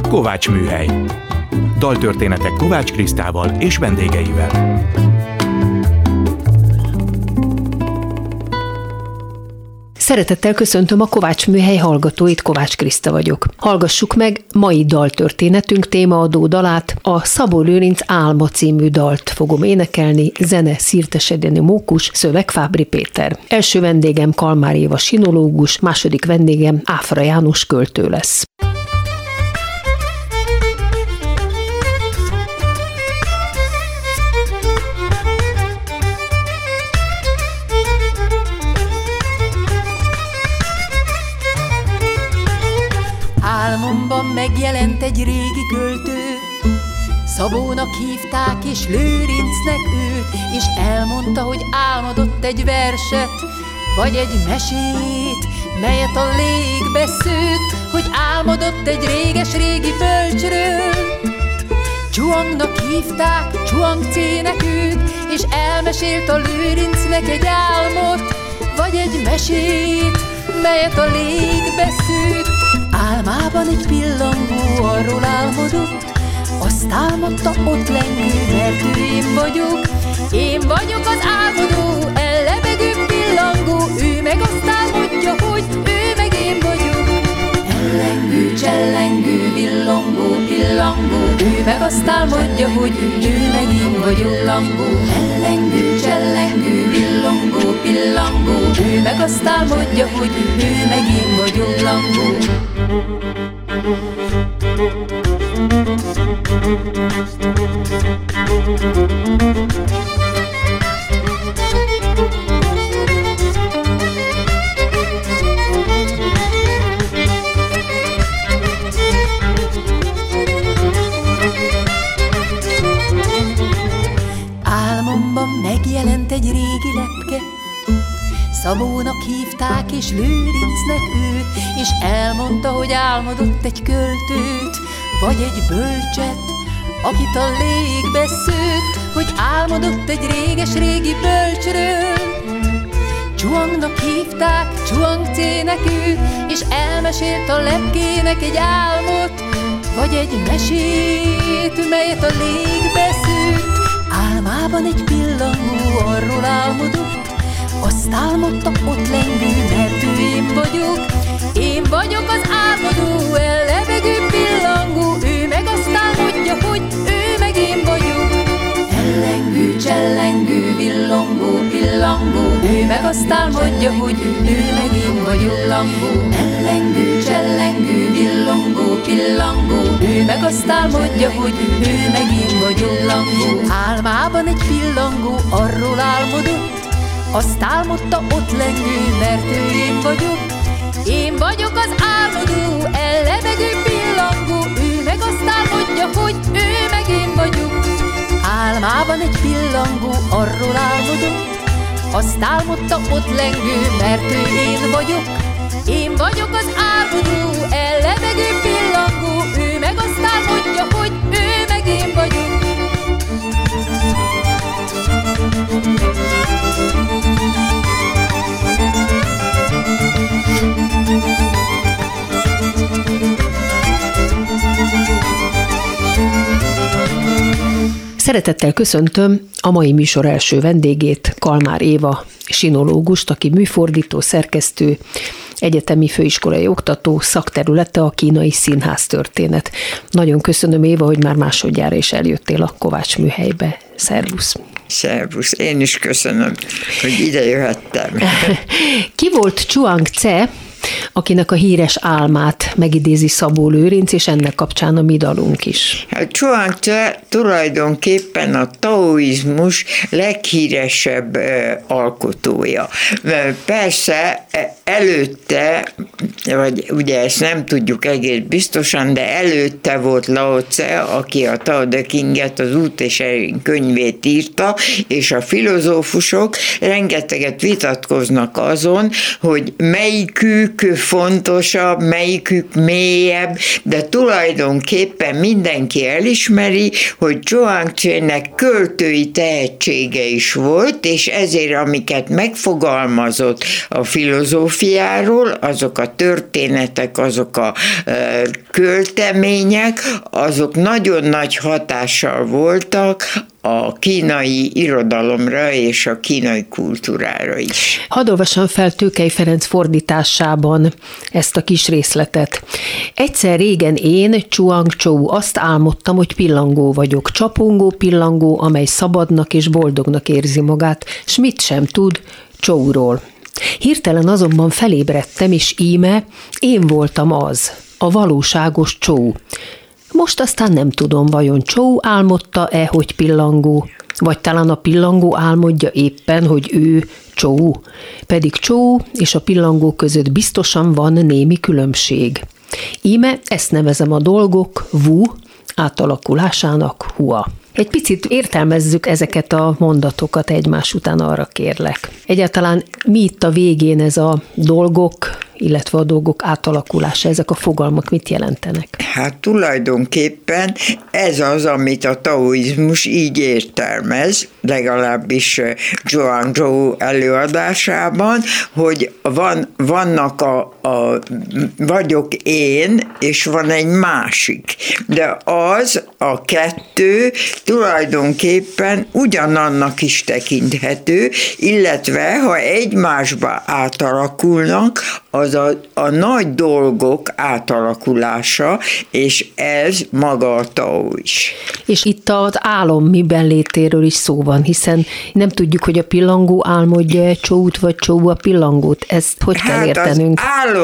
Kovács Műhely. Daltörténetek Kovács Krisztával és vendégeivel. Szeretettel köszöntöm a Kovács Műhely hallgatóit, Kovács Kriszta vagyok. Hallgassuk meg mai daltörténetünk témaadó dalát, a Szabó Lőrinc Álma című dalt fogom énekelni, zene Szirtes Edeni Mókus, szöveg Fábri Péter. Első vendégem Kalmár Éva sinológus, második vendégem Áfra János költő lesz. Álmomban megjelent egy régi költő, Szabónak hívták és Lőrincnek őt, és elmondta, hogy álmodott egy verset, vagy egy mesét, melyet a légbe szőtt, hogy álmodott egy réges-régi bölcsről. Csuangnak hívták, Csuang-cének őt, és elmesélt a Lőrincnek egy álmot, vagy egy mesét, melyet a légbe szőtt. Álmában egy pillangó arról álmodott, azt álmodta, ott lengő, mert ő én vagyok. Én vagyok az álmodó, ellebegő pillangó, ő meg azt álmodja, hogy ő meg én vagyok. Ellengő, csellengő, villongó, pillangó, ő meg azt álmodja, hogy ő meg én vagyok. Ellengő, csellengő, villongó, pillangó, ő meg azt álmodja, hogy ő meg én vagyok. Álmomban megjelent egy régi lepke, Szabónak hívták és Lőrincnek őt, és elmondta, hogy álmodott egy költőt, vagy egy bölcset, akit a légbe szőtt, hogy álmodott egy réges-régi bölcsről. Csuangnak hívták, Csuang-cének őt, és elmesélt a lepkének egy álmot, vagy egy mesét, melyet a légbe szőtt. Álmában egy pillangó arról álmodott, azt álmodta, ott lengő, mert ő én vagyok. Én vagyok az álmodó, ellebegő pillangó, ő meg azt álmodja, hogy ő meg én vagyok. Ellengő, csellengő, villongó, pillangó, ő meg azt álmodja, hogy ő meg én vagyok. Ellengő, csellengő, villongó, pillangó, ő meg azt álmodja, hogy ő meg én vagyok. Álmában egy pillangó arról álmodott, azt álmodta, ott lengő, mert ő én vagyok. Én vagyok az álmodó, ellebegő pillangó, ő meg azt álmodja, hogy ő meg én vagyok. Álmában egy pillangó arról álmodott, azt álmodta, ott lengő, mert ő én vagyok. Én vagyok az álmodó, ellebegő pillangó, ő meg azt álmodja, hogy ő meg én vagyok. Szeretettel köszöntöm a mai műsor első vendégét, Kalmár Éva sinológust, aki műfordító, szerkesztő, egyetemi főiskolai oktató, szakterülete a kínai színháztörténet. Nagyon köszönöm, Éva, hogy már másodjára is eljöttél a Kovács Műhelybe. Szervusz! Szervusz, én is köszönöm, hogy ide jöhettem. Ki volt Csuang-ce, akinek a híres álmát megidézi Szabó Lőrinc, és ennek kapcsán a mi dalunk is? Hát Csuang-ce tulajdonképpen a taoizmus leghíresebb alkotója. Persze előtte, vagy ugye ezt nem tudjuk egész biztosan, de előtte volt Lao Tse, aki a Tao Te Chinget, az Út és Erény könyvét írta, és a filozófusok rengeteget vitatkoznak azon, hogy melyikük melyikük fontosabb, melyikük mélyebb, de tulajdonképpen mindenki elismeri, hogy Zhuangzi-nek költői tehetsége is volt, és ezért amiket megfogalmazott a filozófiáról, azok a történetek, azok a költemények, azok nagyon nagy hatással voltak a kínai irodalomra és a kínai kultúrára is. Hadd olvassam fel Tőkely Ferenc fordításában ezt a kis részletet. Egyszer régen én, Chuang-Chou, azt álmodtam, hogy pillangó vagyok, csapongó pillangó, amely szabadnak és boldognak érzi magát, s mit sem tud Chouról. Hirtelen azonban felébredtem, és íme én voltam az, a valóságos Chou. Most aztán nem tudom, vajon Chou álmodta-e, hogy pillangó, vagy talán a pillangó álmodja éppen, hogy ő Chou. Pedig Chou és a pillangó között biztosan van némi különbség. Íme ezt nevezem a dolgok Wu átalakulásának Hua. Egy picit értelmezzük ezeket a mondatokat egymás után, arra kérlek. Egyáltalán mi itt a végén ez a dolgok, illetve a dolgok átalakulása, ezek a fogalmak mit jelentenek? Hát tulajdonképpen ez az, amit a taoizmus így értelmez, legalábbis Zhuangzi előadásában, hogy vannak vagyok én, és van egy másik. De az a kettő tulajdonképpen ugyanannak is tekinthető, illetve ha egymásba átalakulnak, az a nagy dolgok átalakulása, és ez maga a Tao is. És itt az álom miben létéről is szó van, hiszen nem tudjuk, hogy a pillangó álmodja Chout, vagy Chou a pillangót. Ezt hogy kell értenünk?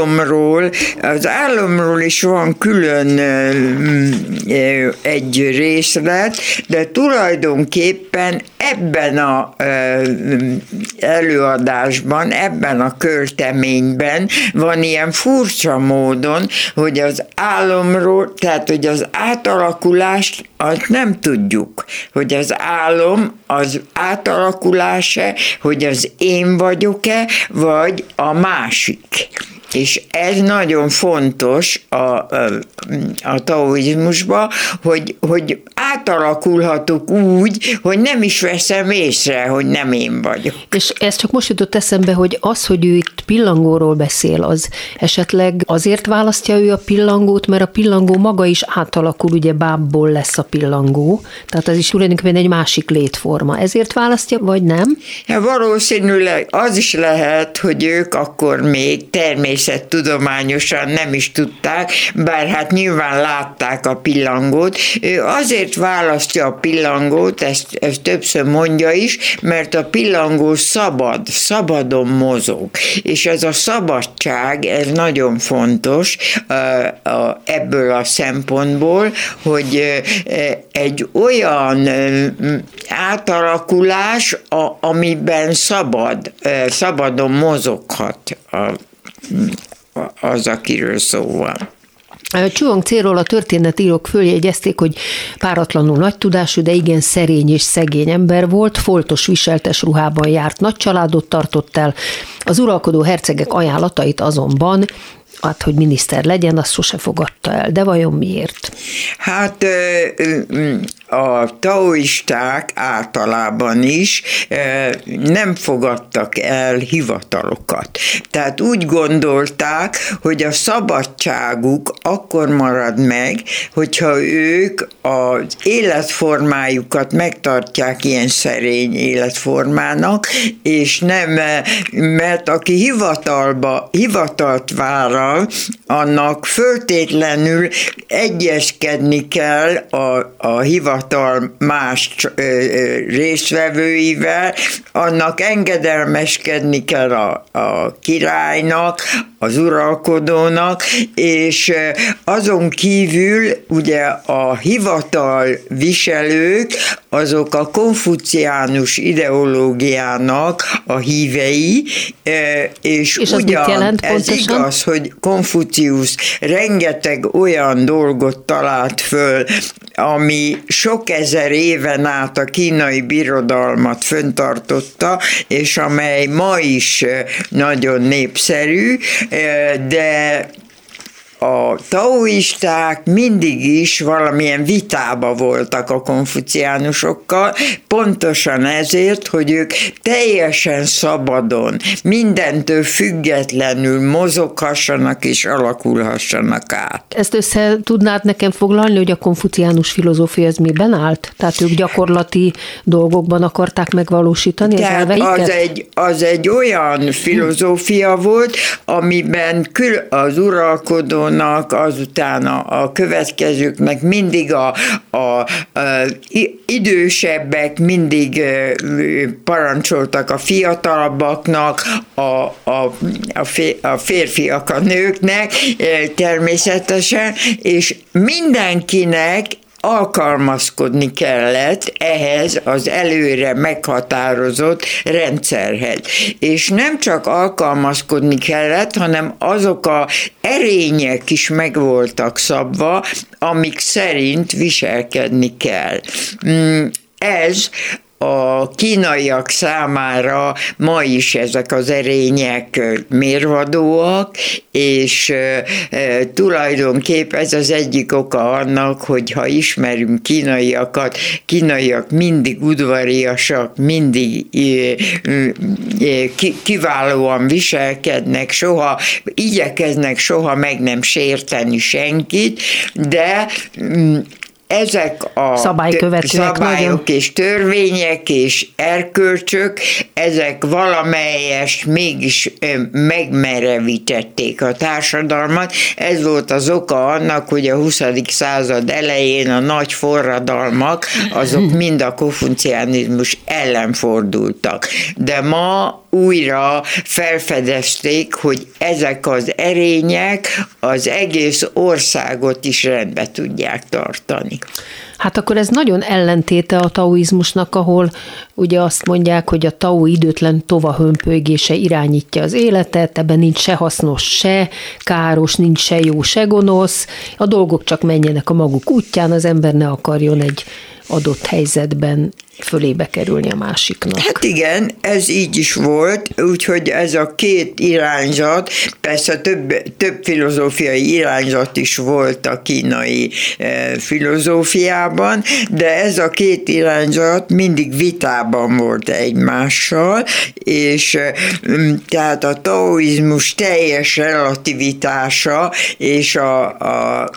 Az álomról is van külön egy részlet, de tulajdonképpen ebben az előadásban, ebben a költeményben van ilyen furcsa módon, hogy az álomról, tehát hogy az átalakulást azt nem tudjuk, hogy az álom az átalakulása, hogy az én vagyok-e, vagy a másik. És ez nagyon fontos a taoizmusban, hogy átalakulhatok úgy, hogy nem is veszem észre, hogy nem én vagyok. És ez csak most jutott eszembe, hogy az, hogy ő itt pillangóról beszél, az esetleg azért választja ő a pillangót, mert a pillangó maga is átalakul, ugye bábból lesz a pillangó, tehát az is tulajdonképpen egy másik létforma. Ezért választja, vagy nem? Ja, valószínűleg az is lehet, hogy ők akkor még természettudományosan nem is tudták, bár hát nyilván látták a pillangót. Ő azért választja a pillangót, ezt többször mondja is, mert a pillangó szabadon mozog. És ez a szabadság, ez nagyon fontos ebből a szempontból, hogy egy olyan átalakulás, amiben szabadon mozoghat az, akiről szó van. Zhuangzi-ról a történetírók följegyezték, hogy páratlanul nagy tudású, de igen szerény és szegény ember volt, foltos viseltes ruhában járt, nagy családot tartott el, az uralkodó hercegek ajánlatait azonban, hogy miniszter legyen, azt sose fogadta el. De vajon miért? Hát a taoisták általában is nem fogadtak el hivatalokat. Tehát úgy gondolták, hogy a szabadságuk akkor marad meg, hogyha ők az életformájukat megtartják ilyen szerény életformának, és nem, mert aki hivatalt vállal, annak föltétlenül egyezkedni kell a hivatal más résztvevőivel, annak engedelmeskedni kell a királynak, az uralkodónak, és azon kívül ugye a hivatal viselők, azok a konfuciánus ideológiának a hívei, és ugyan ez igaz, hogy Konfuciusz rengeteg olyan dolgot talált föl, ami sok ezer éven át a kínai birodalmat fenntartotta, és amely ma is nagyon népszerű, de a taoisták mindig is valamilyen vitába voltak a konfuciánusokkal, pontosan ezért, hogy ők teljesen szabadon, mindentől függetlenül mozoghassanak és alakulhassanak át. Ezt össze tudnád nekem foglalni, hogy a konfuciánus filozófia ez miben állt? Tehát ők gyakorlati dolgokban akarták megvalósítani az elveiket? Az egy olyan filozófia volt, amiben az uralkodó azután a következőknek mindig a idősebbek mindig parancsoltak a fiatalabbaknak, a férfiak a nőknek természetesen, és mindenkinek alkalmazkodni kellett ehhez az előre meghatározott rendszerhez. És nem csak alkalmazkodni kellett, hanem azok az erények is meg voltak szabva, amik szerint viselkedni kell. Ez a kínaiak számára ma is ezek az erények mérvadóak, és tulajdonképp ez az egyik oka annak, hogy ha ismerünk kínaiakat, kínaiak mindig udvariasak, mindig kiválóan viselkednek, igyekeznek soha meg nem sérteni senkit, de ezek a szabályok és törvények és erkölcsök, ezek valamelyest mégis megmerevítették a társadalmat. Ez volt az oka annak, hogy a 20. század elején a nagy forradalmak, azok mind a konfucianizmus ellen fordultak. De ma újra felfedezték, hogy ezek az erények az egész országot is rendbe tudják tartani. Hát akkor ez nagyon ellentéte a taoizmusnak, ahol ugye azt mondják, hogy a tao időtlen tovahömpölygése irányítja az életet, ebben nincs se hasznos, se káros, nincs se jó, se gonosz, a dolgok csak menjenek a maguk útján, az ember ne akarjon egy adott helyzetben fölébe kerülni a másiknak. Hát igen, ez így is volt, úgyhogy ez a két irányzat, persze több filozófiai irányzat is volt a kínai filozófiában, de ez a két irányzat mindig vitában volt egymással, és tehát a taoizmus teljes relativitása és a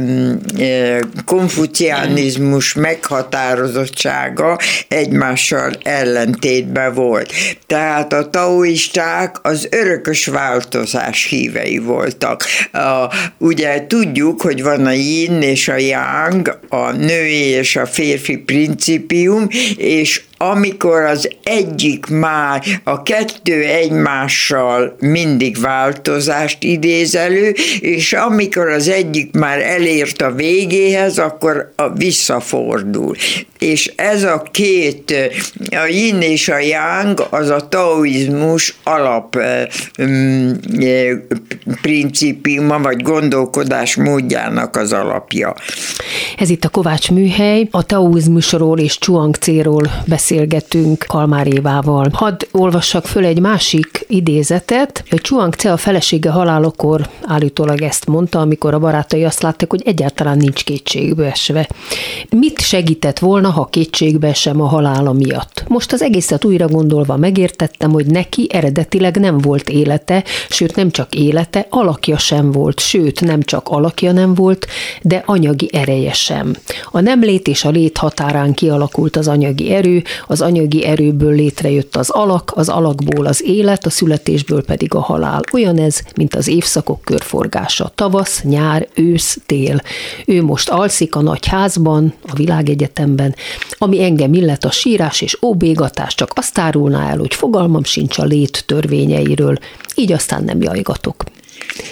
konfucianizmus meghatározottsága egymással ellentétben volt. Tehát a taoisták az örökös változás hívei voltak. Ugye tudjuk, hogy van a yin és a yang, a női és a férfi principium, és amikor az egyik már, a kettő egymással mindig változást idéz elő, és amikor az egyik már elért a végéhez, akkor visszafordul. És ez a két, a yin és a yang, az a taoizmus alap principiuma, vagy gondolkodás módjának az alapja. Ez itt a Kovács Műhely, a taoizmusról és Chuang-Tze-ról beszélgetünk Kalmár Évával. Hadd olvassak föl egy másik idézetet. Chuang-Tze a felesége halálakor állítólag ezt mondta, amikor a barátai azt látták, hogy egyáltalán nincs kétségbe esve. Mit segített volna, ha kétségbe esem a halála miatt? Most az egészet újra gondolva megértettem, hogy neki eredetileg nem volt élete, sőt nem csak élete, alakja sem volt, sőt nem csak alakja nem volt, de anyagi ereje sem. A nem lét és a lét határán kialakult az anyagi erő, az anyagi erőből létrejött az alakból az élet, a születésből pedig a halál. Olyan ez, mint az évszakok körforgása. Tavasz, nyár, ősz, tél. Ő most alszik a nagy házban, a világegyetemben, ami engem illet a sírás és óbégatás csak azt árulná el, hogy fogalmam sincs a lét törvényeiről, így aztán nem jajgatok.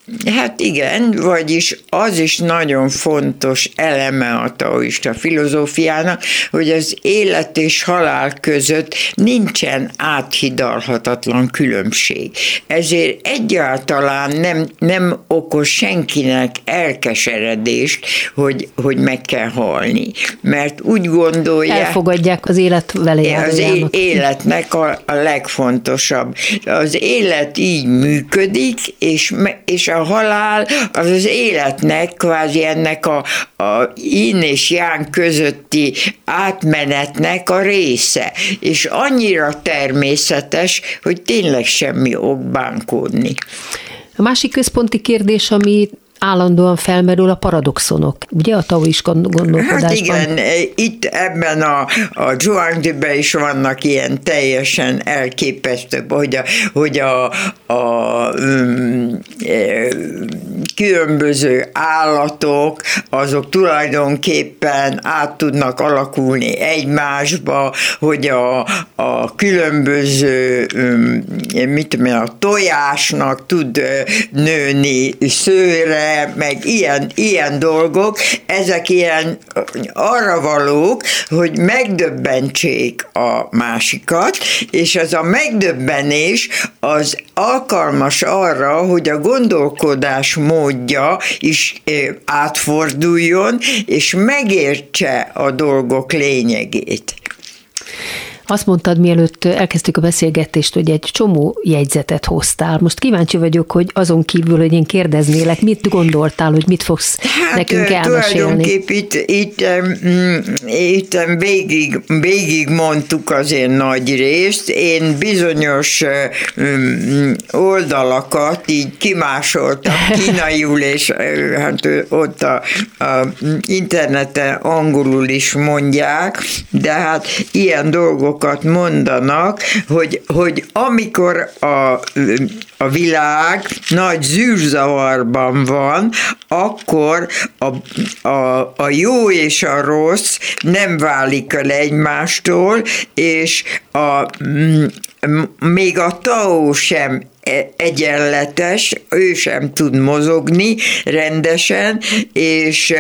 Hát igen, vagyis az is nagyon fontos eleme a taoista filozófiának, hogy az élet és halál között nincsen áthidalhatatlan különbség. Ezért egyáltalán nem okoz senkinek elkeseredést, hogy meg kell halni. Mert úgy gondolják... Elfogadják az élet velejárójának. Az életnek a legfontosabb. Az élet így működik, és a halál az életnek, kvázi ennek a yin és yang közötti átmenetnek a része. És annyira természetes, hogy tényleg semmi ok bánkódni. A másik központi kérdés, ami állandóan felmerül, a paradoxonok, ugye a taoista gondolkodásban? Hát igen, itt ebben a Zhuangzi-ben is vannak ilyen teljesen elképesztő, hogy a különböző állatok, azok tulajdonképpen át tudnak alakulni egymásba, hogy a különböző, a tojásnak tud nőni szőre, meg ilyen dolgok, ezek ilyen arra valók, hogy megdöbbentsék a másikat, és ez a megdöbbenés az alkalmas arra, hogy a gondolkodás módja is átforduljon, és megértse a dolgok lényegét. Azt mondtad, mielőtt elkezdtük a beszélgetést, hogy egy csomó jegyzetet hoztál. Most kíváncsi vagyok, hogy azon kívül, hogy én kérdeznélek, mit gondoltál, hogy mit fogsz nekünk elmesélni? Tulajdonképpen itt végig mondtuk azért nagy részt. Én bizonyos oldalakat így kimásoltam kínaiul, és hát ott a interneten angolul is mondják, de hát ilyen dolgok mondanak, hogy amikor a világ nagy zűrzavarban van, akkor a jó és a rossz nem válik el egymástól, és még a Tao sem egyenletes, ő sem tud mozogni rendesen, és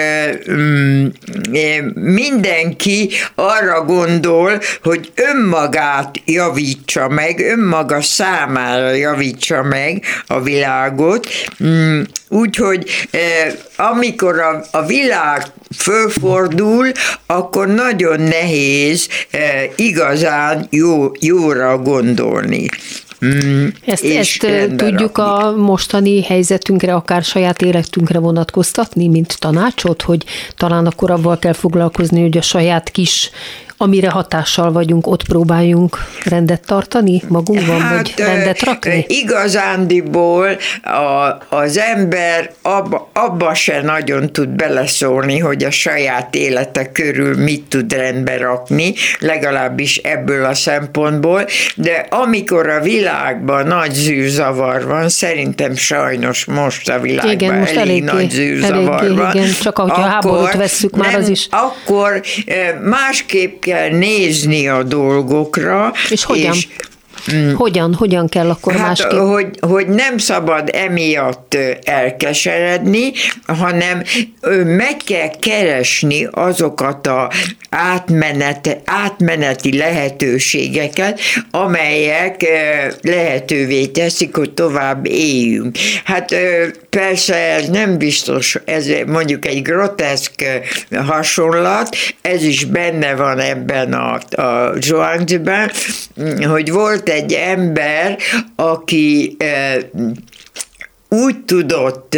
mindenki arra gondol, hogy önmagát javítsa meg, önmaga számára javítsa meg a világot, úgyhogy amikor a világ fölfordul, akkor nagyon nehéz igazán jóra gondolni. Ezt tudjuk a mostani helyzetünkre, akár saját életünkre vonatkoztatni, mint tanácsot, hogy talán akkor abban kell foglalkozni, hogy a saját kis, amire hatással vagyunk, ott próbáljunk rendet tartani magunkban, vagy rendet rakni? Igazándiból az ember abba se nagyon tud beleszólni, hogy a saját élete körül mit tud rendbe rakni, legalábbis ebből a szempontból, de amikor a világban nagy zűrzavar van, szerintem sajnos most a világban igen, most elég nagy zűrzavar van. Igen, csak ahogy a háborút vesszük már az is. Akkor másképp kell nézni a dolgokra. És hogyan? Hogyan kell akkor másképp? Hogy nem szabad emiatt elkeseredni, hanem meg kell keresni azokat a átmeneti lehetőségeket, amelyek lehetővé teszik, hogy tovább éljünk. Hát persze ez nem biztos, ez mondjuk egy groteszk hasonlat, ez is benne van ebben a Zhuangzi-ben, hogy volt egy ember, aki úgy tudott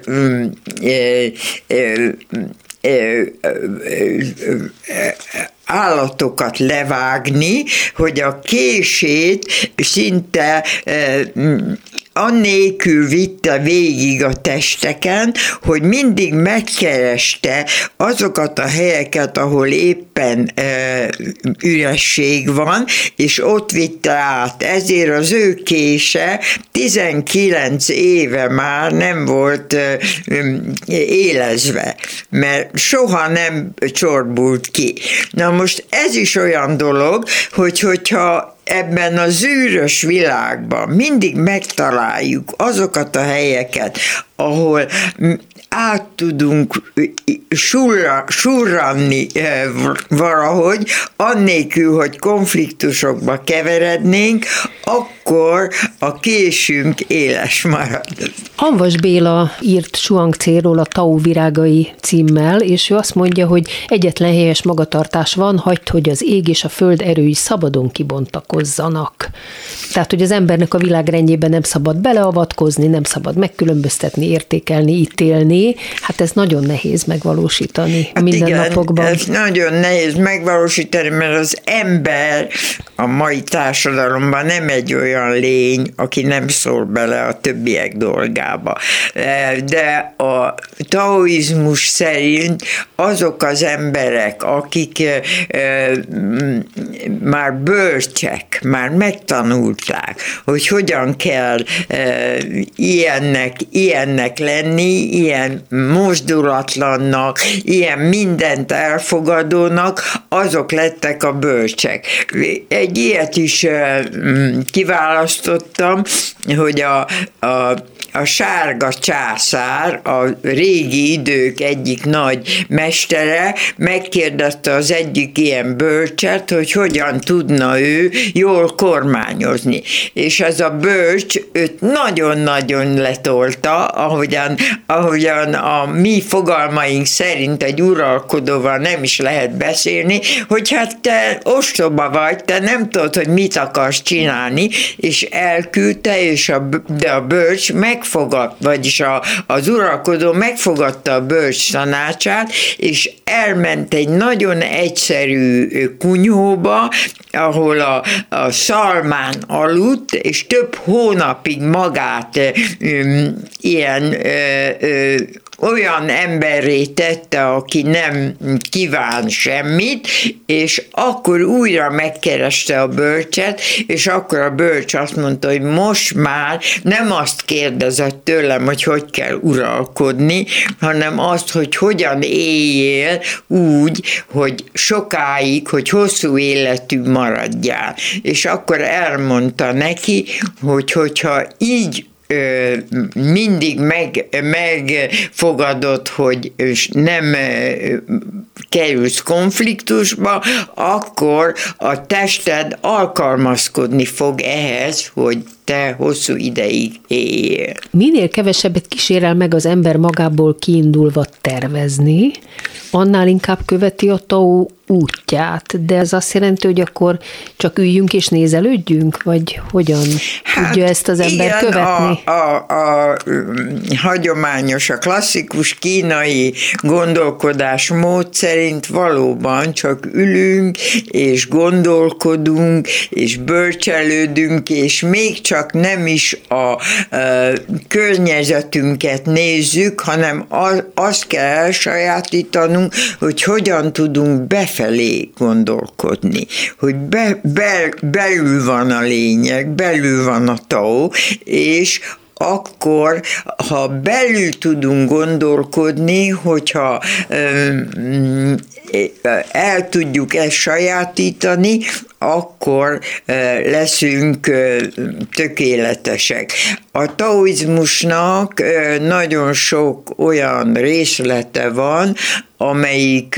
állatokat levágni, hogy a kését szinte annélkül vitte végig a testeken, hogy mindig megkereste azokat a helyeket, ahol éppen üresség van, és ott vitte át. Ezért az ő kése 19 éve már nem volt élezve, mert soha nem csorbult ki. Na most ez is olyan dolog, hogyha ebben a zűrös világban mindig megtaláljuk azokat a helyeket, ahol át tudunk surranni valahogy, annélkül, hogy konfliktusokba keverednénk, akkor a késünk éles marad. Hamvas Béla írt Zsuangcéról a Tao virágai címmel, és ő azt mondja, hogy egyetlen helyes magatartás van, hagyd, hogy az ég és a föld erői szabadon kibontakozzanak. Tehát, hogy az embernek a világrendjében nem szabad beleavatkozni, nem szabad megkülönböztetni, értékelni, ítélni. Hát ez nagyon nehéz megvalósítani a mindennapokban. Igen, ez nagyon nehéz megvalósítani, mert az ember a mai társadalomban nem egy olyan lény, aki nem szól bele a többiek dolgába. De a taoizmus szerint azok az emberek, akik már bölcsek, már megtanulták, hogy hogyan kell ilyennek lenni, ilyen mozdulatlannak, ilyen mindent elfogadónak, azok lettek a bölcsek. Egy ilyet is kiválasztottam, hogy a sárga császár, a régi idők egyik nagy mestere megkérdezte az egyik ilyen bölcset, hogy hogyan tudna ő jól kormányozni. És ez a bölcs őt nagyon-nagyon letolta, ahogyan a mi fogalmaink szerint egy uralkodóval nem is lehet beszélni, hogy hát te ostoba vagy, te nem tudod, hogy mit akarsz csinálni, és elküldte, de a bölcs vagyis az uralkodó megfogadta a bölcs tanácsát, és elment egy nagyon egyszerű kunyhóba, ahol a szalmán aludt, és több hónapig magát olyan emberré tette, aki nem kíván semmit, és akkor újra megkereste a bölcset, és akkor a bölcs azt mondta, hogy most már nem azt kérdezett tőlem, hogy kell uralkodni, hanem azt, hogy hogyan éljél úgy, hogy sokáig, hogy hosszú életű maradjál. És akkor elmondta neki, hogyha így mindig megfogadod, hogy nem kerülsz konfliktusba, akkor a tested alkalmazkodni fog ehhez, hogy te hosszú ideig éljél. Minél kevesebbet kísérel meg az ember magából kiindulva tervezni, annál inkább követi a Tao útját, de ez azt jelenti, hogy akkor csak üljünk és nézelődjünk, vagy hogyan tudja ezt az ember igen, követni? A hagyományos, a klasszikus kínai gondolkodásmód szerint valóban csak ülünk, és gondolkodunk, és bölcselődünk, és még csak nem is a környezetünket nézzük, hanem azt kell elsajátítanunk, hogy hogyan tudunk befelé gondolkodni, hogy belül van a lényeg, belül van a Tao, és akkor, ha belül tudunk gondolkodni, hogyha el tudjuk ezt sajátítani, akkor leszünk tökéletesek. A taoizmusnak nagyon sok olyan részlete van, amelyik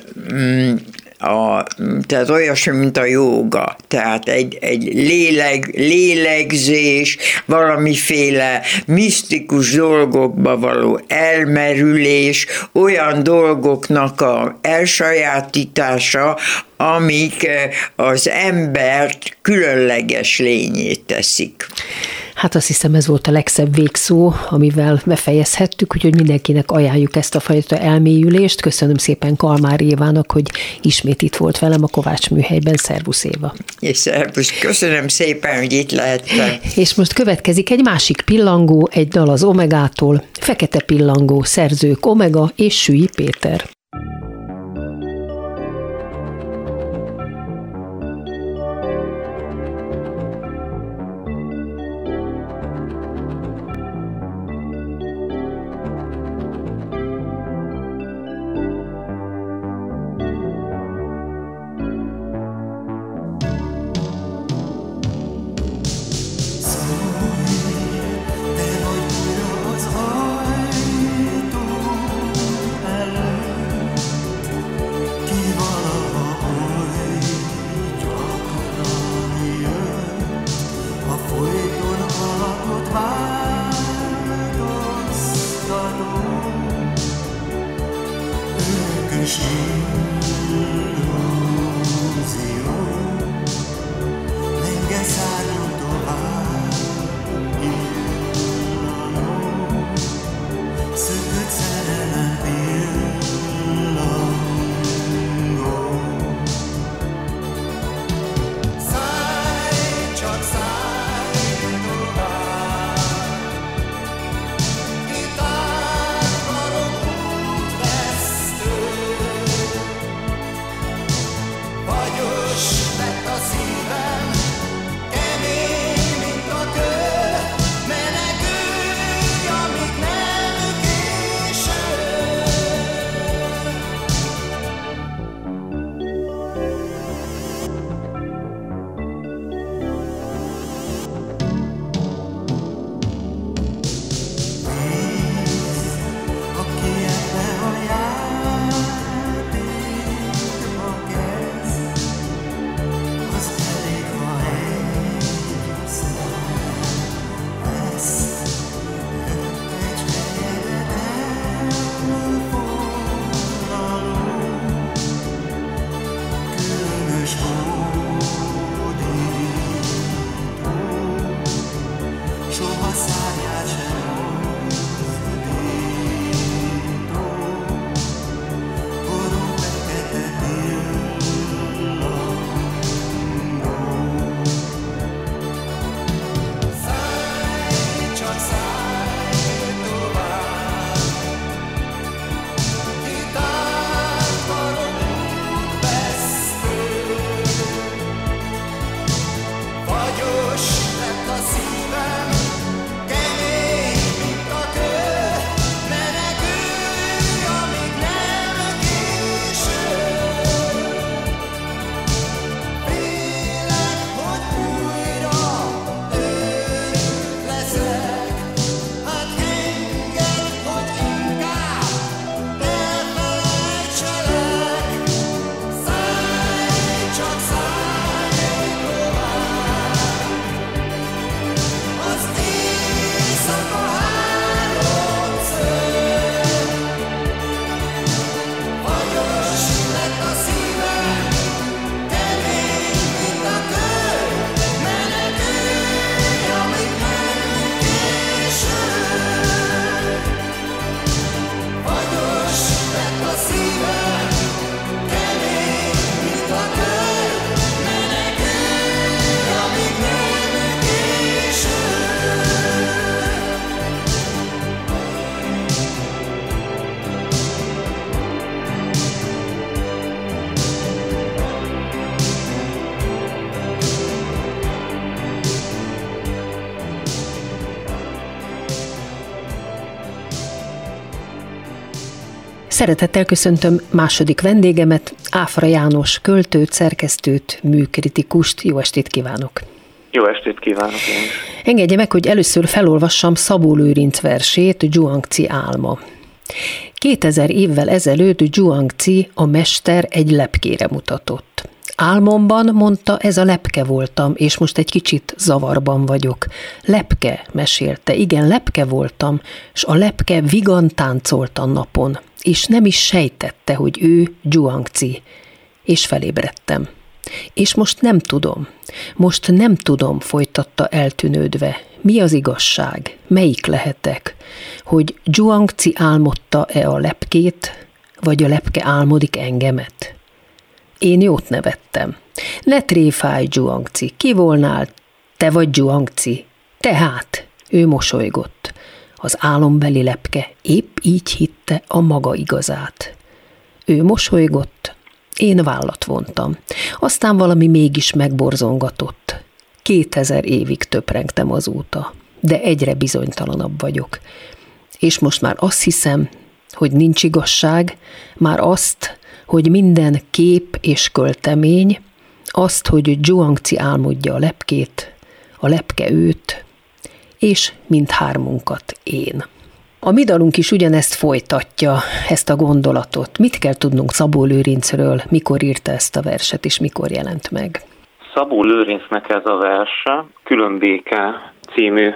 tehát olyasmi, mint a jóga. Tehát egy lélegzés, valamiféle misztikus dolgokba való elmerülés, olyan dolgoknak a elsajátítása, amik az embert különleges lényét teszik. Hát azt hiszem, ez volt a legszebb végszó, amivel befejezhettük, úgyhogy mindenkinek ajánljuk ezt a fajta elmélyülést. Köszönöm szépen Kalmár Évának, hogy ismét itt volt velem a Kovács Műhelyben. Szervusz Éva! És szervusz! Köszönöm szépen, hogy itt lehettem. És most következik egy másik pillangó, egy dal az Omegától. Fekete pillangó, szerzők Omega és Sülly Péter. Szeretettel köszöntöm második vendégemet, Áfra János költőt, szerkesztőt, műkritikust. Jó estét kívánok! Jó estét kívánok én is! Engedje meg, hogy először felolvassam Szabó Lőrinc versét, Zsuangci álma. 2000 évvel ezelőtt Zsuangci, a mester, egy lepkére mutatott. Álmomban, mondta, ez a lepke voltam, és most egy kicsit zavarban vagyok. Lepke, mesélte, igen, lepke voltam, s a lepke vigan táncolt a napon, és nem is sejtette, hogy ő Zsuangci. És felébredtem. És most nem tudom, folytatta eltűnődve. Mi az igazság? Melyik lehetek? Hogy Zsuangci álmodta-e a lepkét, vagy a lepke álmodik engemet? Én jót nevettem. Ne tréfálj, Zsuangci, ki volnál? Te vagy Zsuangci. Tehát, ő mosolygott. Az álombeli lepke épp így hitte a maga igazát. Ő mosolygott, én vállat vontam. Aztán valami mégis megborzongatott. 2000 évig töprengtem azóta, de egyre bizonytalanabb vagyok. És most már azt hiszem, hogy nincs igazság, már azt, hogy minden kép és költemény, azt, hogy Zsuangci álmodja a lepkét, a lepke őt, és mindhármunkat én. A mi dalunk is ugyanezt folytatja, ezt a gondolatot. Mit kell tudnunk Szabó Lőrincről, mikor írta ezt a verset, és mikor jelent meg? Szabó Lőrincnek ez a verse, Különbéke című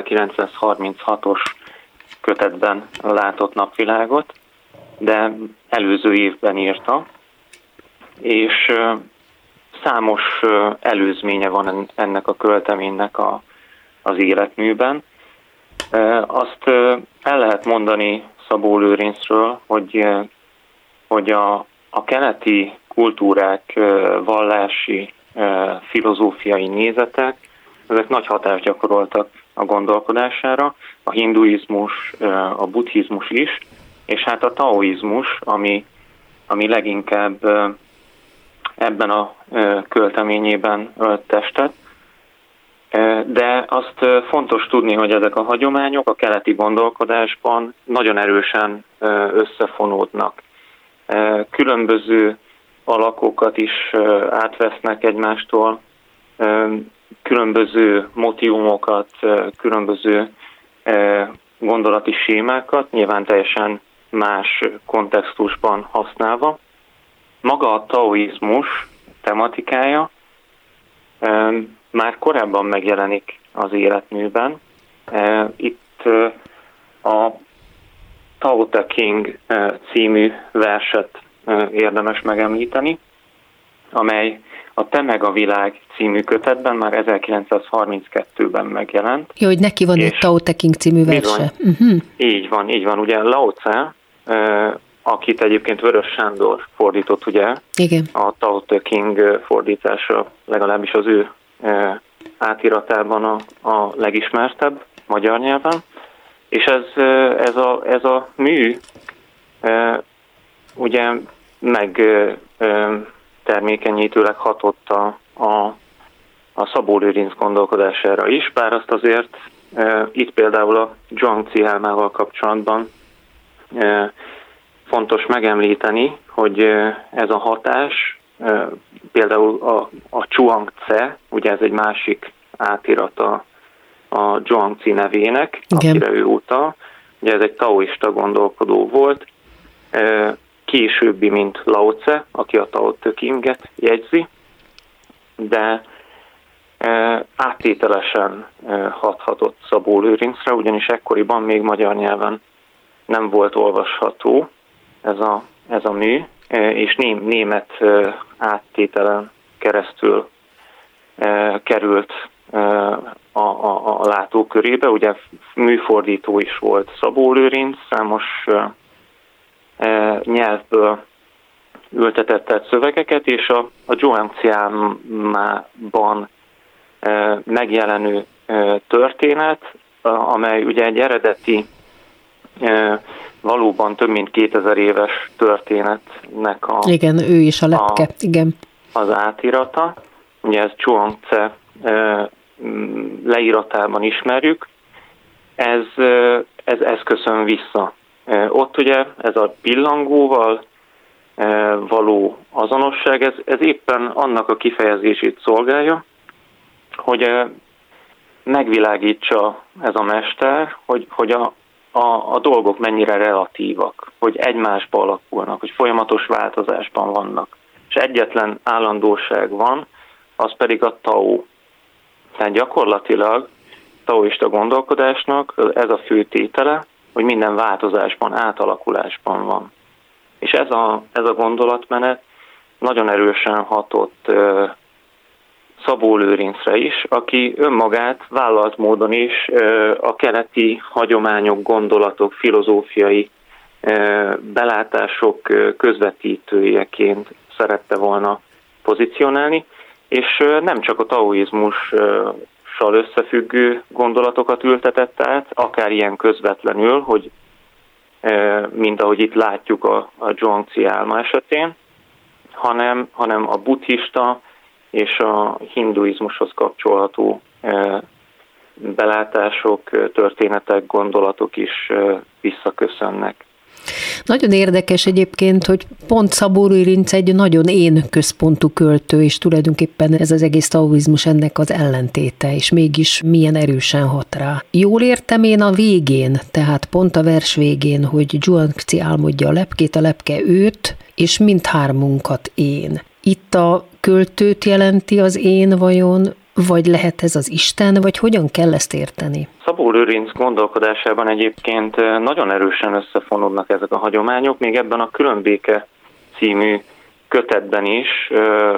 1936-os kötetben látott napvilágot, de előző évben írta, és számos előzménye van ennek a költeménynek az életműben. Azt el lehet mondani Szabó Lőrincről, hogy a keleti kultúrák, vallási, filozófiai nézetek, ezek nagy hatást gyakoroltak a gondolkodására, a hinduizmus, a buddhizmus is, és hát a taoizmus, ami leginkább ebben a költeményében ölt testet. De azt fontos tudni, hogy ezek a hagyományok a keleti gondolkodásban nagyon erősen összefonódnak. Különböző alakokat is átvesznek egymástól, különböző motívumokat, különböző gondolati sémákat, nyilván teljesen más kontextusban használva. Maga a taoizmus tematikája már korábban megjelenik az életműben. Itt a Tao Te King című verset érdemes megemlíteni, amely a Te meg a világ című kötetben már 1932-ben megjelent. Jó, hogy neki van egy Tao Te King című verse. Így van. Ugye Lao Tse, akit egyébként Vörös Sándor fordított, ugye? Igen. A Tao Te King fordítása legalábbis az ő átiratában a legismertebb magyar nyelven. És ez a mű ugye termékenyítőleg hatott a Szabó Lőrinc gondolkodására is, bár azt azért itt például a Zhuangzi álmával kapcsolatban fontos megemlíteni, hogy ez a hatás, például a Zhuangzi, ugye ez egy másik átirata a Zhuangzi nevének, igen, akire ő utal. Ugye ez egy taoista gondolkodó volt, későbbi, mint Lao Tse, aki a Tao Te Kinget jegyzi, de áttételesen hathatott Szabó Lőrincre, ugyanis ekkoriban még magyar nyelven nem volt olvasható ez a mű, és német áttételen keresztül került a látókörébe. Ugye műfordító is volt Szabó Lőrinc, számos nyelvből ültetett át szövegeket, és a Zhuangzi álmában megjelenő történet, amely ugye egy eredeti, valóban több mint 2000 éves történetnek igen, ő is a lepke, igen, az átirata. Ugye ez Zhuangzi leíratában ismerjük. Ez köszön vissza. Ott ugye ez a pillangóval való azonosság, ez éppen annak a kifejezését szolgálja, hogy megvilágítsa ez a mester, hogy a dolgok mennyire relatívak, hogy egymásba alakulnak, hogy folyamatos változásban vannak. És egyetlen állandóság van, az pedig a Tao. Tehát gyakorlatilag taoista gondolkodásnak ez a fő tétele, hogy minden változásban, átalakulásban van. És ez a gondolatmenet nagyon erősen hatott Szabó Lőrincre is, aki önmagát vállalt módon is a keleti hagyományok, gondolatok, filozófiai belátások közvetítőjeként szerette volna pozícionálni, és nem csak a taoizmussal összefüggő gondolatokat ültetett át, akár ilyen közvetlenül, hogy mint ahogy itt látjuk a Zhuangzi álma esetén, hanem a buddhista és a hinduizmushoz kapcsolható belátások, történetek, gondolatok is visszaköszönnek. Nagyon érdekes egyébként, hogy pont Szabó Lőrinc egy nagyon én központú költő, és tulajdonképpen ez az egész taoizmus ennek az ellentéte, és mégis milyen erősen hat rá. Jól értem én a végén, tehát pont a vers végén, hogy Zhuangzi álmodja a lepke őt, és mindhármunkat én. Itt a költőt jelenti az én vajon, vagy lehet ez az Isten, vagy hogyan kell ezt érteni? Szabó Lőrinc gondolkodásában egyébként nagyon erősen összefonódnak ezek a hagyományok, még ebben a Különbéke című kötetben is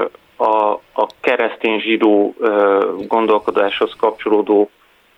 a keresztény zsidó gondolkodáshoz kapcsolódó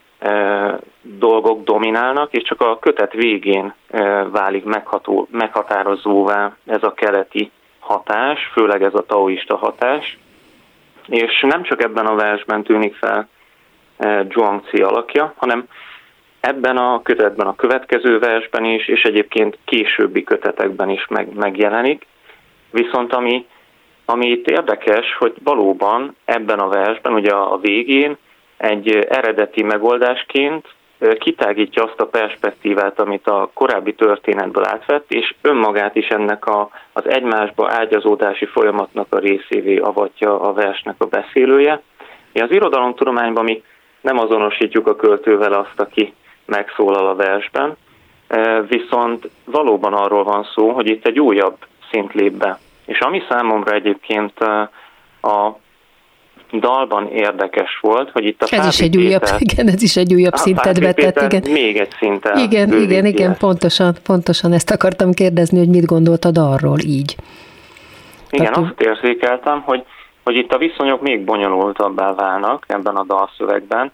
dolgok dominálnak, és csak a kötet végén válik meghatározóvá ez a keleti hatás, főleg ez a taoista hatás, és nem csak ebben a versben tűnik fel Zhuangzi alakja, hanem ebben a kötetben, a következő versben is, és egyébként későbbi kötetekben is megjelenik. Viszont ami itt érdekes, hogy valóban ebben a versben, ugye a végén egy eredeti megoldásként kitágítja azt a perspektívát, amit a korábbi történetből átvett, és önmagát is ennek az egymásba ágyazódási folyamatnak a részévé avatja a versnek a beszélője. Az irodalomtudományban mi nem azonosítjuk a költővel azt, aki megszólal a versben, viszont valóban arról van szó, hogy itt egy újabb szint lép be. És ami számomra egyébként a dalban érdekes volt, hogy itt a ez is egy újabb szintet vetett, igen. Még egy szinten. Igen, pontosan ezt akartam kérdezni, hogy mit gondoltad arról így. Igen, azt érzékeltem, hogy itt a viszonyok még bonyolultabbá válnak ebben a dalszövegben,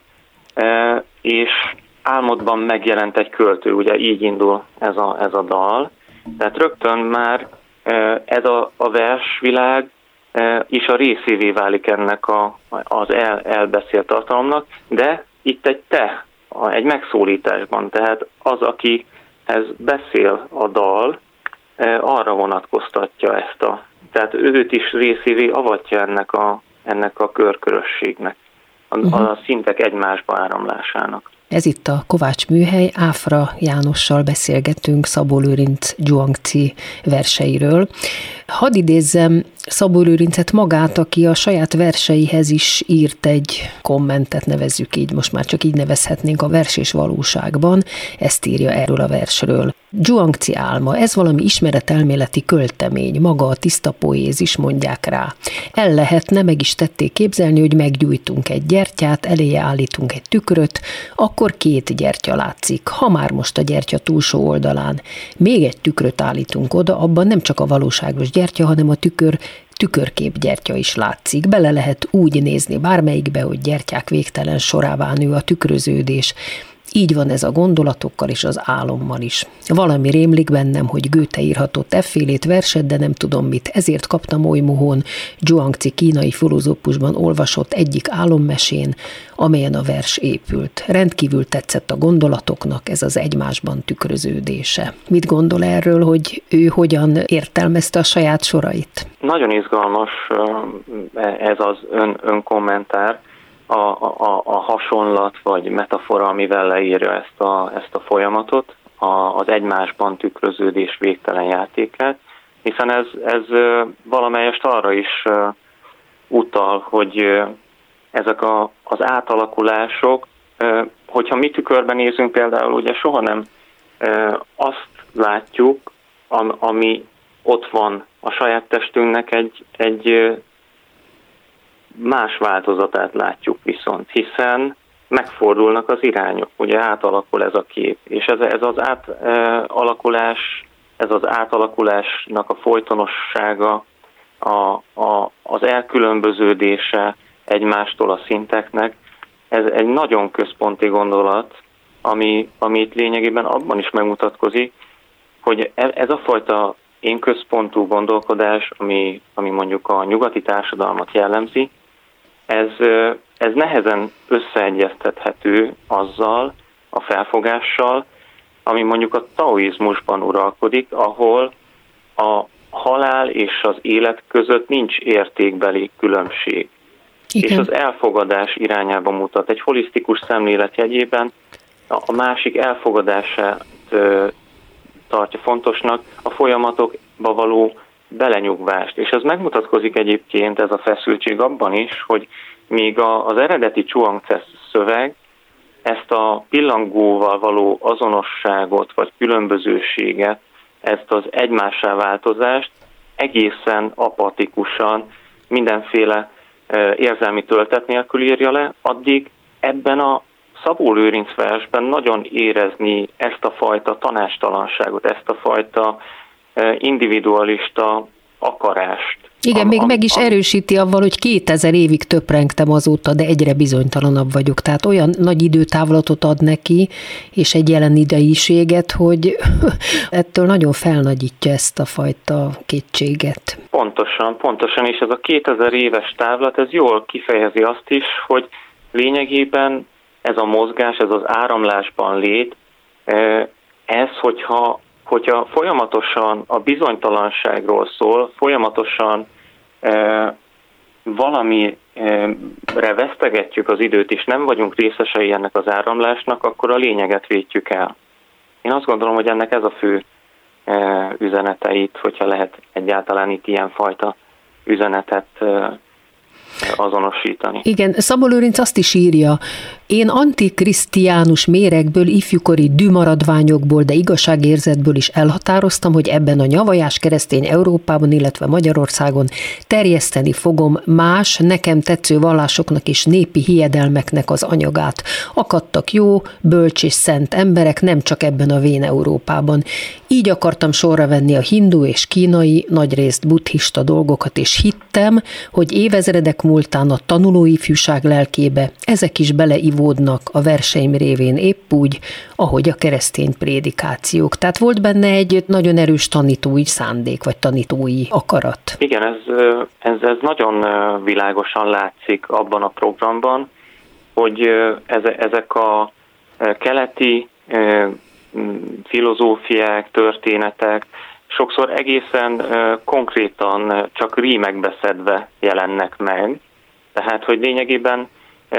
és álmodban megjelent egy költő, ugye így indul ez a dal, tehát rögtön már ez a versvilág is a részévé válik ennek az elbeszélt tartalomnak, de itt egy megszólításban, tehát az, akihez beszél a dal, arra vonatkoztatja tehát őt is részévé avatja ennek a körkörösségnek, a szintek egymásba áramlásának. Ez itt a Kovács Műhely, Áfra Jánossal beszélgetünk Szabó Lőrinc Zhuangzi verseiről. Hadd idézzem Szabó Lőrincet magát, aki a saját verseihez is írt egy kommentet, nevezzük így, most már csak így nevezhetnénk, a Vers és valóságban, ezt írja erről a versről. Zhuangzi álma, ez valami ismeretelméleti költemény, maga a tiszta poézis, mondják rá. El lehetne, meg is tették képzelni, hogy meggyújtunk egy gyertyát, eléje állítunk egy tükröt, akkor 2 gyertya látszik, ha már most a gyertya túlsó oldalán. Még egy tükröt állítunk oda, abban nem csak a valóságos gyertya, hanem a tükörkép gyertya is látszik. Bele lehet úgy nézni bármelyikbe, hogy gyertyák végtelen sorává nő a tükröződés. Így van ez a gondolatokkal és az álommal is. Valami rémlik bennem, hogy Goethe írhatott effélét verset, de nem tudom mit. Ezért kaptam oly mohón Zhuangzi kínai filozófusban olvasott egyik álommesén, amelyen a vers épült. Rendkívül tetszett a gondolatoknak ez az egymásban tükröződése. Mit gondol erről, hogy ő hogyan értelmezte a saját sorait? Nagyon izgalmas ez az önkommentár. A hasonlat vagy metafora, amivel leírja ezt a folyamatot, az egymásban tükröződés végtelen játékát, hiszen ez valamelyest arra is utal, hogy ezek az átalakulások, hogyha mi tükörben nézünk például, ugye soha nem azt látjuk, ami ott van a saját testünknek egy más változatát látjuk viszont, hiszen megfordulnak az irányok, ugye átalakul ez a kép, és ez az átalakulásnak a folytonossága, az elkülönböződése egymástól a szinteknek, ez egy nagyon központi gondolat, ami itt lényegében abban is megmutatkozik, hogy ez a fajta én központú gondolkodás, ami mondjuk a nyugati társadalmat jellemzi, ez nehezen összeegyeztethető azzal a felfogással, ami mondjuk a taoizmusban uralkodik, ahol a halál és az élet között nincs értékbeli különbség. Igen. És az elfogadás irányába mutat. Egy holisztikus szemlélet jegyében a másik elfogadását tartja fontosnak, a folyamatokba való belenyugvást. És ez megmutatkozik egyébként, ez a feszültség abban is, hogy míg az eredeti Zhuangzi szöveg ezt a pillangóval való azonosságot vagy különbözőséget, ezt az egymássá változást egészen apatikusan, mindenféle érzelmi töltet nélkül írja le, addig ebben a Szabó Lőrinc versben nagyon érezni ezt a fajta tanácstalanságot, ezt a fajta individualista akarást. Igen, még meg is erősíti avval, hogy 2000 évig töprengtem azóta, de egyre bizonytalanabb vagyok. Tehát olyan nagy időtávlatot ad neki, és egy jelen ideiséget, hogy ettől nagyon felnagyítja ezt a fajta kétséget. Pontosan, és ez a 2000 éves távlat, ez jól kifejezi azt is, hogy lényegében ez a mozgás, ez az áramlásban lét, ez, hogyha folyamatosan a bizonytalanságról szól, folyamatosan valamire vesztegetjük az időt, és nem vagyunk részesei ennek az áramlásnak, akkor a lényeget vétjük el. Én azt gondolom, hogy ennek ez a fő üzeneteit, hogyha lehet egyáltalán itt ilyenfajta üzenetet azonosítani. Igen, Szabó Lőrinc azt is írja, én antikrisztiánus méregből, ifjúkori dűmaradványokból, de igazságérzetből is elhatároztam, hogy ebben a nyavajás keresztény Európában, illetve Magyarországon terjeszteni fogom más, nekem tetsző vallásoknak és népi hiedelmeknek az anyagát. Akadtak jó, bölcs és szent emberek, nem csak ebben a vén Európában. Így akartam sorra venni a hindu és kínai, nagyrészt buddhista dolgokat, és hittem, hogy évezredek múltán a tanuló ifjúság lelkébe ezek is beleivódnak a verseim révén épp úgy, ahogy a keresztény prédikációk. Tehát volt benne egy nagyon erős tanítói szándék, vagy tanítói akarat. Igen, ez nagyon világosan látszik abban a programban, hogy ezek a keleti filozófiák, történetek sokszor egészen konkrétan csak rímekbe szedve jelennek meg. Tehát, hogy lényegében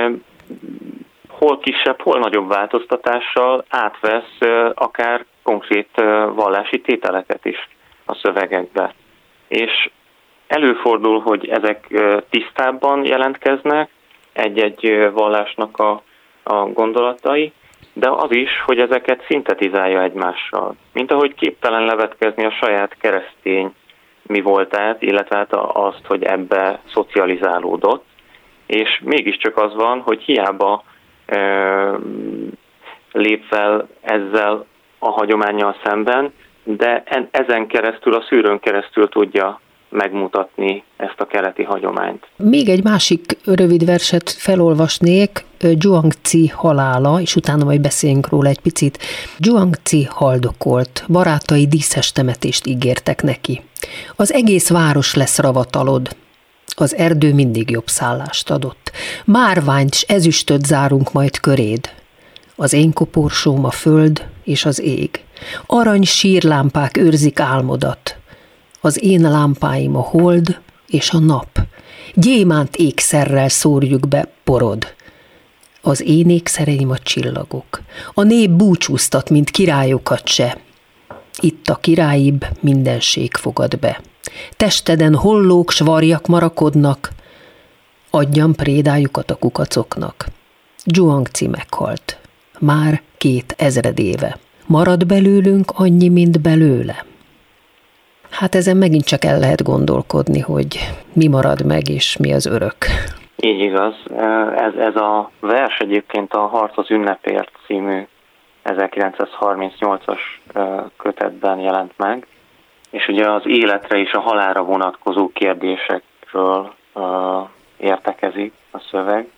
hol kisebb, hol nagyobb változtatással átvesz akár konkrét vallási tételeket is a szövegekbe. És előfordul, hogy ezek tisztábban jelentkeznek egy-egy vallásnak a gondolatai, de az is, hogy ezeket szintetizálja egymással. Mint ahogy képtelen levetkezni a saját keresztény mi voltát, illetve hát azt, hogy ebbe szocializálódott, és mégiscsak az van, hogy hiába lép fel ezzel a hagyománnyal szemben, de ezen keresztül, a szűrőn keresztül tudja megmutatni ezt a keleti hagyományt. Még egy másik rövid verset felolvasnék, Zhuangzi halála, és utána majd beszéljünk róla egy picit. Zhuangzi haldokolt, barátai díszes temetést ígértek neki. Az egész város lesz ravatalod. Az erdő mindig jobb szállást adott. Márványt s ezüstöt zárunk majd köréd. Az én koporsóm a föld és az ég. Arany sírlámpák őrzik álmodat. Az én lámpáim a hold és a nap. Gyémánt ékszerrel szórjuk be porod. Az én ékszereim a csillagok. A nép búcsúztat, mint királyokat se. Itt a királyibb mindenség fogad be. Testeden hollók s varjak marakodnak, adjam prédájukat a kukacoknak. Zhuangzi meghalt. Már 2000 éve. Marad belőlünk annyi, mint belőle. Hát ezen megint csak el lehet gondolkodni, hogy mi marad meg, és mi az örök. Így igaz. Ez a vers egyébként a Harc az ünnepért című 1938-as kötetben jelent meg, és ugye az életre és a halálra vonatkozó kérdésekről értekezik a szöveg.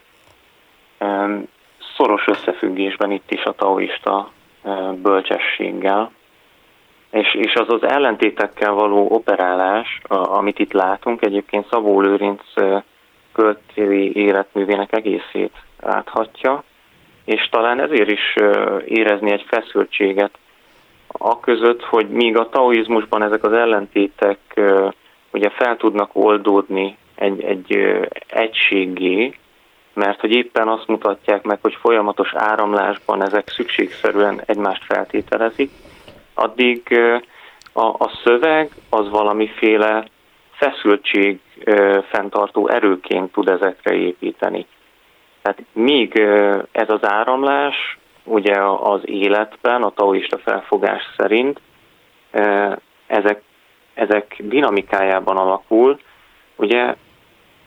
Szoros összefüggésben itt is a taoista bölcsességgel, és az ellentétekkel való operálás, amit itt látunk, egyébként Szabó Lőrinc költői életművének egészét láthatja, és talán ezért is érezni egy feszültséget aközött, hogy míg a taoizmusban ezek az ellentétek ugye fel tudnak oldódni egy egységgé, mert hogy éppen azt mutatják meg, hogy folyamatos áramlásban ezek szükségszerűen egymást feltételezik, addig a szöveg az valamiféle feszültség fenntartó erőként tud ezekre építeni. Tehát míg ez az áramlás ugye az életben, a taoista felfogás szerint ezek dinamikájában alakul, ugye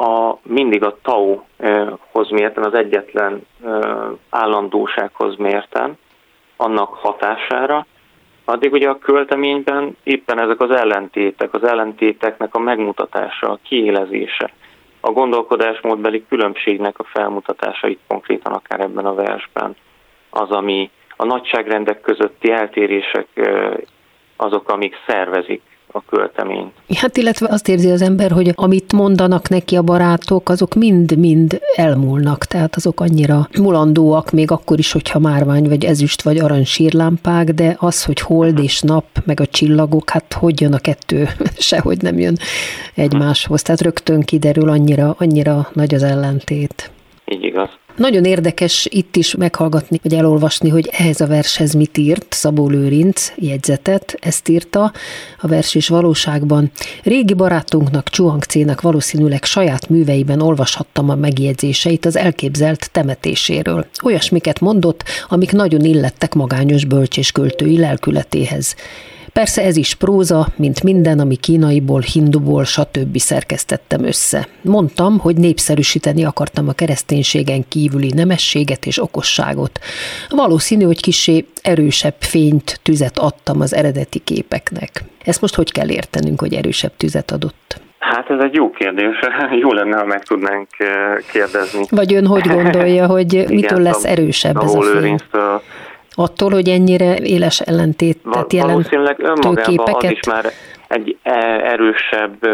mindig a tauhoz mérten, az egyetlen állandósághoz mérten, annak hatására, addig ugye a költeményben éppen ezek az ellentéteknek a megmutatása, a kiélezése, a gondolkodásmódbeli különbségnek a felmutatása itt konkrétan akár ebben a versben, az, ami a nagyságrendek közötti eltérések, azok, amik szervezik a költeményt. Hát illetve azt érzi az ember, hogy amit mondanak neki a barátok, azok mind-mind elmúlnak, tehát azok annyira mulandóak, még akkor is, hogyha márvány, vagy ezüst, vagy arany sírlámpák, de az, hogy hold és nap, meg a csillagok, hát hogy jön a kettő, sehogy nem jön egymáshoz. Tehát rögtön kiderül, annyira nagy az ellentét. Így igaz. Nagyon érdekes itt is meghallgatni, vagy elolvasni, hogy ehhez a vershez mit írt Szabó Lőrinc jegyzetet, ezt írta a Vers és valóságban. Régi barátunknak, Chuang-Tsének valószínűleg saját műveiben olvashattam a megjegyzéseit az elképzelt temetéséről. Olyasmiket mondott, amik nagyon illettek magányos bölcs költői lelkületéhez. Persze ez is próza, mint minden, ami kínaiból, hinduból, stb. Szerkesztettem össze. Mondtam, hogy népszerűsíteni akartam a kereszténységen kívüli nemességet és okosságot. Valószínű, hogy kissé erősebb fényt, tüzet adtam az eredeti képeknek. Ezt most hogy kell értenünk, hogy erősebb tüzet adott? Hát ez egy jó kérdés. Jó lenne, ha meg tudnánk kérdezni. Vagy ön hogy gondolja, hogy mitől lesz erősebb ez a fény? Attól, hogy ennyire éles ellentétet jelentő valószínűleg önmagában képeket. Az is már egy erősebb,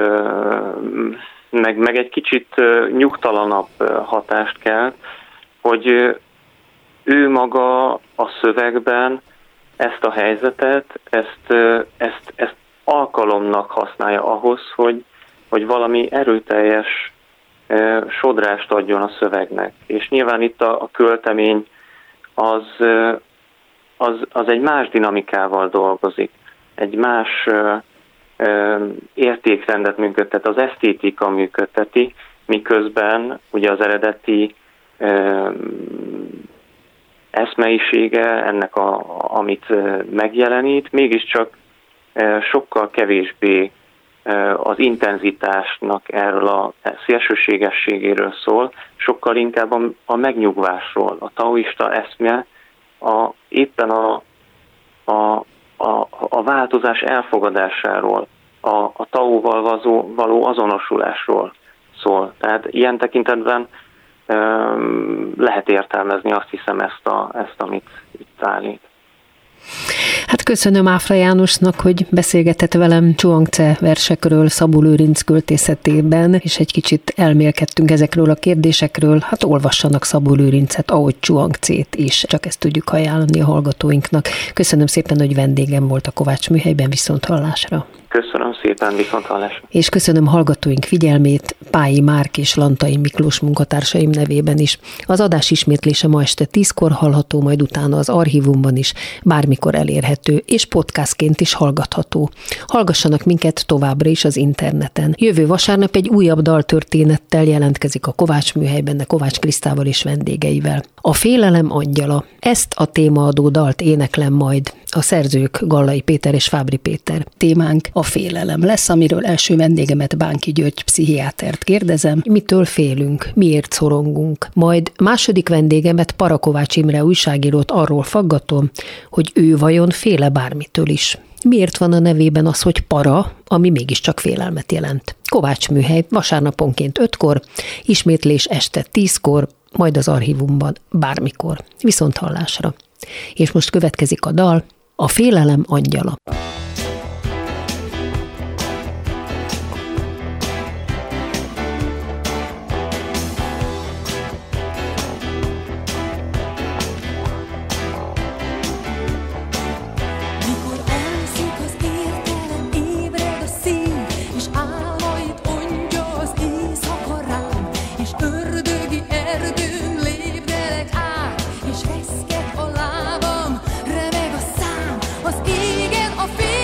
meg egy kicsit nyugtalanabb hatást kelt, hogy ő maga a szövegben ezt a helyzetet, ezt alkalomnak használja ahhoz, hogy valami erőteljes sodrást adjon a szövegnek. És nyilván itt a költemény az egy más dinamikával dolgozik, egy más értékrendet működtet, az esztétika működteti, miközben ugye az eredeti eszmeisége ennek, amit megjelenít, mégiscsak sokkal kevésbé az intenzitásnak erről a szélsőségességéről szól, sokkal inkább a megnyugvásról, a taoista eszme, éppen a változás elfogadásáról, a taóval való azonosulásról szól. Tehát ilyen tekintetben lehet értelmezni, azt hiszem, ezt amit itt állít. Hát köszönöm Áfra Jánosnak, hogy beszélgetett velem Chuang-Tse versekről, Szabó Lőrinc költészetében, és egy kicsit elmélkedtünk ezekről a kérdésekről. Hát olvassanak Szabó Lőrincet, ahogy Chuang-Tsét is, csak ezt tudjuk ajánlani a hallgatóinknak. Köszönöm szépen, hogy vendégem volt a Kovács Műhelyben, viszonthallásra. Köszönöm szépen, viszonthallásra. És köszönöm hallgatóink figyelmét Pályi Márk és Lantai Miklós munkatársaim nevében is. Az adás ismétlése ma este 10-kor hallható, majd utána az archívumban is, bármikor elérhető, és podcastként is hallgatható. Hallgassanak minket továbbra is az interneten. Jövő vasárnap egy újabb daltörténettel jelentkezik a Kovács Műhelyben, Kovács Krisztával és vendégeivel. A félelem angyala. Ezt a témaadó dalt éneklem majd. A szerzők Gallai Péter és Fábri Péter. Témánk a félelem lesz, amiről első vendégemet Bánki György pszichiátert kérdezem, mitől félünk, miért szorongunk. Majd második vendégemet Parakovács Imre újságírót arról faggatom, hogy ő vajon féle bármitől is. Miért van a nevében az, hogy para, ami mégiscsak félelmet jelent? Kovács Műhely vasárnaponként 5-kor, ismétlés este 10-kor, majd az archívumban bármikor. Viszonthallásra. És most következik a dal, a félelem angyala. És reszket a lábam, remeg a szám, az égen a fél.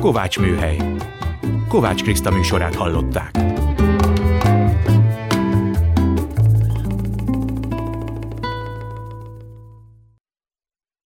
Kovács Műhely. Kovács Kriszta műsorát hallották.